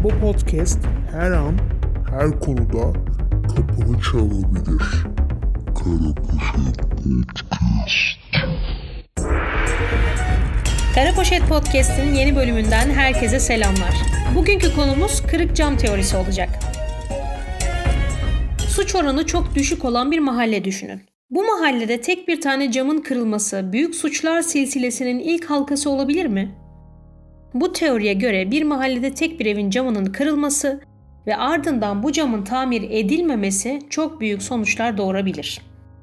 Bu podcast her an, her konuda kapını çalabilir. Kara Poşet Podcast'in yeni bölümünden herkese selamlar. Bugünkü konumuz kırık cam teorisi olacak. Suç oranı çok düşük olan bir mahalle düşünün. Bu mahallede tek bir tane camın kırılması büyük suçlar silsilesinin ilk halkası olabilir mi? Bu teoriye göre bir mahallede tek bir evin camının kırılması ve ardından bu camın tamir edilmemesi çok büyük sonuçlar doğurabilir.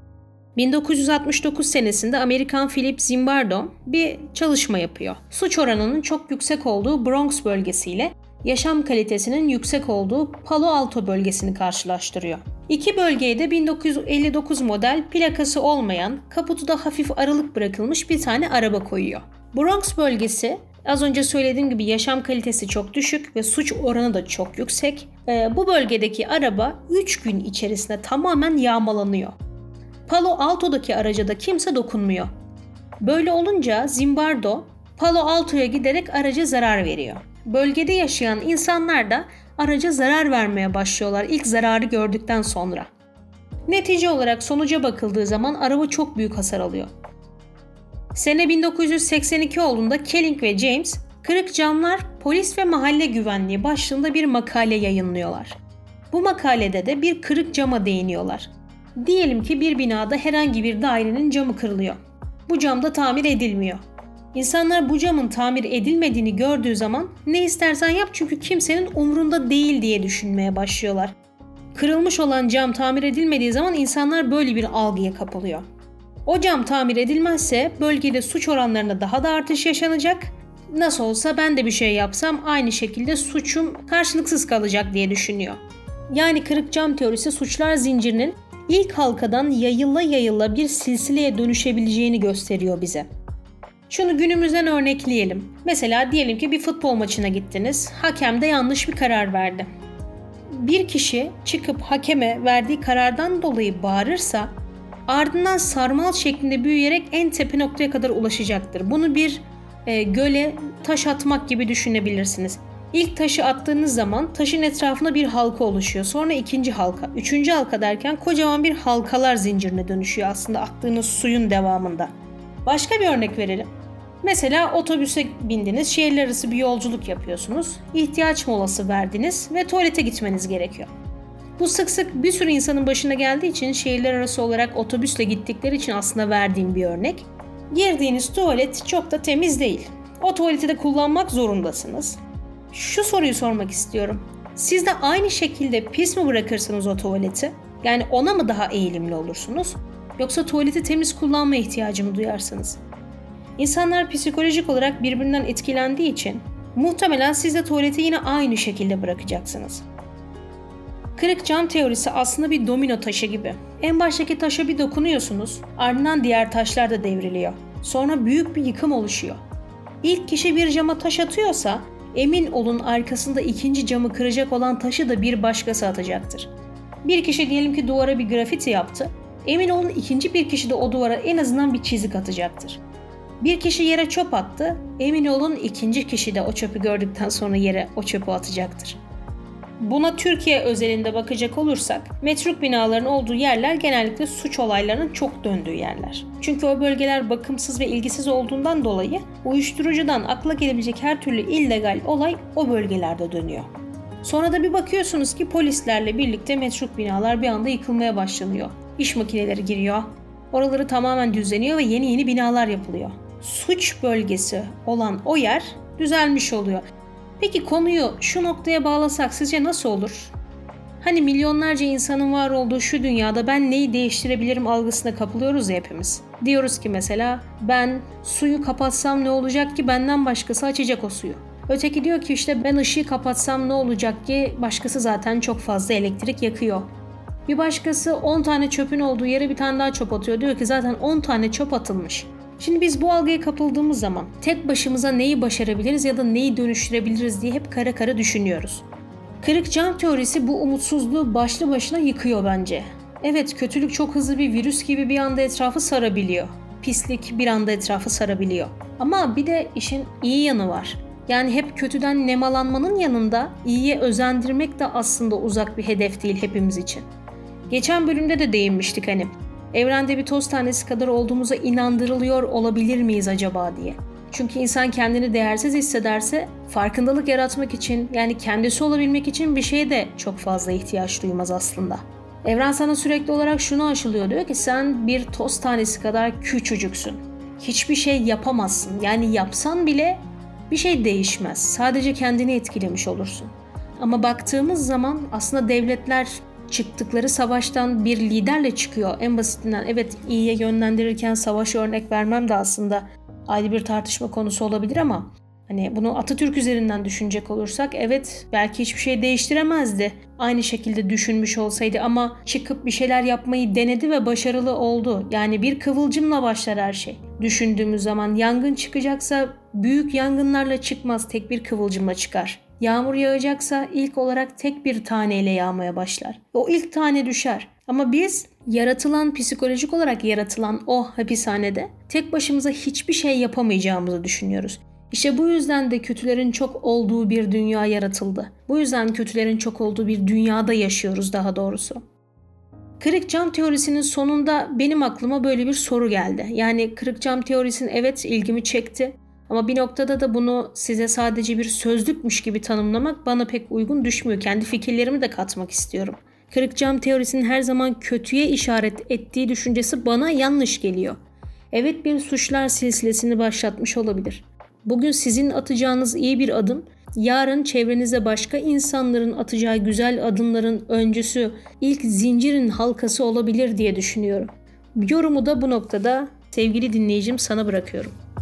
1969 senesinde Amerikan Philip Zimbardo bir çalışma yapıyor. Suç oranının çok yüksek olduğu Bronx bölgesiyle yaşam kalitesinin yüksek olduğu Palo Alto bölgesini karşılaştırıyor. İki bölgeye de 1959 model plakası olmayan, kaputu da hafif aralık bırakılmış bir tane araba koyuyor. Bronx bölgesi, az önce söylediğim gibi yaşam kalitesi çok düşük ve suç oranı da çok yüksek. Bu bölgedeki araba 3 gün içerisinde tamamen yağmalanıyor. Palo Alto'daki araca da kimse dokunmuyor. Böyle olunca Zimbardo Palo Alto'ya giderek araca zarar veriyor. Bölgede yaşayan insanlar da araca zarar vermeye başlıyorlar ilk zararı gördükten sonra. Netice olarak sonuca bakıldığı zaman araba çok büyük hasar alıyor. Sene 1982 olduğunda Kelling ve James, Kırık Camlar, Polis ve Mahalle Güvenliği başlığında bir makale yayınlıyorlar. Bu makalede de bir kırık cama değiniyorlar. Diyelim ki bir binada herhangi bir dairenin camı kırılıyor. Bu cam da tamir edilmiyor. İnsanlar bu camın tamir edilmediğini gördüğü zaman ne istersen yap çünkü kimsenin umrunda değil diye düşünmeye başlıyorlar. Kırılmış olan cam tamir edilmediği zaman insanlar böyle bir algıya kapılıyor. O cam tamir edilmezse bölgede suç oranlarında daha da artış yaşanacak. Nasıl olsa ben de bir şey yapsam aynı şekilde suçum karşılıksız kalacak diye düşünüyor. Yani kırık cam teorisi suçlar zincirinin ilk halkadan yayıla bir silsileye dönüşebileceğini gösteriyor bize. Şunu günümüzden örnekleyelim. Mesela diyelim ki bir futbol maçına gittiniz. Hakem de yanlış bir karar verdi. Bir kişi çıkıp hakeme verdiği karardan dolayı bağırırsa ardından sarmal şeklinde büyüyerek en tepe noktaya kadar ulaşacaktır. Bunu bir göle taş atmak gibi düşünebilirsiniz. İlk taşı attığınız zaman taşın etrafında bir halka oluşuyor. Sonra ikinci halka, üçüncü halka derken kocaman bir halkalar zincirine dönüşüyor aslında attığınız suyun devamında. Başka bir örnek verelim. Mesela otobüse bindiniz, şehirler arası bir yolculuk yapıyorsunuz. İhtiyaç molası verdiniz ve tuvalete gitmeniz gerekiyor. Bu sık sık bir sürü insanın başına geldiği için şehirler arası olarak otobüsle gittikleri için aslında verdiğim bir örnek. Girdiğiniz tuvalet çok da temiz değil. O tuvaleti de kullanmak zorundasınız. Şu soruyu sormak istiyorum. Siz de aynı şekilde pis mi bırakırsınız o tuvaleti? Yani ona mı daha eğilimli olursunuz? Yoksa tuvaleti temiz kullanma ihtiyacı mı duyarsınız? İnsanlar psikolojik olarak birbirinden etkilendiği için muhtemelen siz de tuvaleti yine aynı şekilde bırakacaksınız. Kırık cam teorisi aslında bir domino taşı gibi. En baştaki taşa bir dokunuyorsunuz, ardından diğer taşlar da devriliyor. Sonra büyük bir yıkım oluşuyor. İlk kişi bir cama taş atıyorsa, emin olun arkasında ikinci camı kıracak olan taşı da bir başkası atacaktır. Bir kişi diyelim ki duvara bir grafiti yaptı, emin olun ikinci bir kişi de o duvara en azından bir çizik atacaktır. Bir kişi yere çöp attı, emin olun ikinci kişi de o çöpü gördükten sonra yere o çöpü atacaktır. Buna Türkiye özelinde bakacak olursak, metruk binaların olduğu yerler genellikle suç olaylarının çok döndüğü yerler. Çünkü o bölgeler bakımsız ve ilgisiz olduğundan dolayı uyuşturucudan akla gelebilecek her türlü illegal olay o bölgelerde dönüyor. Sonra da bir bakıyorsunuz ki polislerle birlikte metruk binalar bir anda yıkılmaya başlanıyor. İş makineleri giriyor, oraları tamamen düzleniyor ve yeni binalar yapılıyor. Suç bölgesi olan o yer düzelmiş oluyor. Peki konuyu şu noktaya bağlasak sizce nasıl olur? Hani milyonlarca insanın var olduğu şu dünyada ben neyi değiştirebilirim algısına kapılıyoruz ya hepimiz. Diyoruz ki mesela ben suyu kapatsam ne olacak ki benden başkası açacak o suyu. Öteki diyor ki işte ben ışığı kapatsam ne olacak ki başkası zaten çok fazla elektrik yakıyor. Bir başkası 10 tane çöpün olduğu yere bir tane daha çöp atıyor. Diyor ki zaten 10 tane çöp atılmış. Şimdi biz bu algıya kapıldığımız zaman tek başımıza neyi başarabiliriz ya da neyi dönüştürebiliriz diye hep kara kara düşünüyoruz. Kırık cam teorisi bu umutsuzluğu başlı başına yıkıyor bence. Evet, kötülük çok hızlı bir virüs gibi bir anda etrafı sarabiliyor. Pislik bir anda etrafı sarabiliyor. Ama bir de işin iyi yanı var. Yani hep kötüden nemalanmanın yanında iyiye özendirmek de aslında uzak bir hedef değil hepimiz için. Geçen bölümde de değinmiştik hani evrende bir toz tanesi kadar olduğumuza inandırılıyor olabilir miyiz acaba diye. Çünkü insan kendini değersiz hissederse farkındalık yaratmak için yani kendisi olabilmek için bir şeye de çok fazla ihtiyaç duymaz aslında. Evren sana sürekli olarak şunu aşılıyor, diyor ki sen bir toz tanesi kadar küçücüksün. Hiçbir şey yapamazsın. Yani yapsan bile bir şey değişmez. Sadece kendini etkilemiş olursun. Ama baktığımız zaman aslında devletler çıktıkları savaştan bir liderle çıkıyor. En basitinden evet iyiye yönlendirirken savaş örnek vermem de aslında ayrı bir tartışma konusu olabilir ama hani bunu Atatürk üzerinden düşünecek olursak evet belki hiçbir şey değiştiremezdi. Aynı şekilde düşünmüş olsaydı ama çıkıp bir şeyler yapmayı denedi ve başarılı oldu. Yani bir kıvılcımla başlar her şey. Düşündüğümüz zaman yangın çıkacaksa büyük yangınlarla çıkmaz, tek bir kıvılcımla çıkar. Yağmur yağacaksa ilk olarak tek bir taneyle yağmaya başlar. O ilk tane düşer. Ama biz psikolojik olarak yaratılan o hapishanede tek başımıza hiçbir şey yapamayacağımızı düşünüyoruz. İşte bu yüzden de kötülerin çok olduğu bir dünya yaratıldı. Bu yüzden kötülerin çok olduğu bir dünyada yaşıyoruz daha doğrusu. Kırık cam teorisinin sonunda benim aklıma böyle bir soru geldi. Yani kırık cam teorisinin evet ilgimi çekti. Ama bir noktada da bunu size sadece bir sözlükmüş gibi tanımlamak bana pek uygun düşmüyor. Kendi fikirlerimi de katmak istiyorum. Kırık cam teorisinin her zaman kötüye işaret ettiği düşüncesi bana yanlış geliyor. Evet bir suçlar silsilesini başlatmış olabilir. Bugün sizin atacağınız iyi bir adım, yarın çevrenize başka insanların atacağı güzel adımların öncüsü, ilk zincirin halkası olabilir diye düşünüyorum. Yorumu da bu noktada sevgili dinleyicim sana bırakıyorum.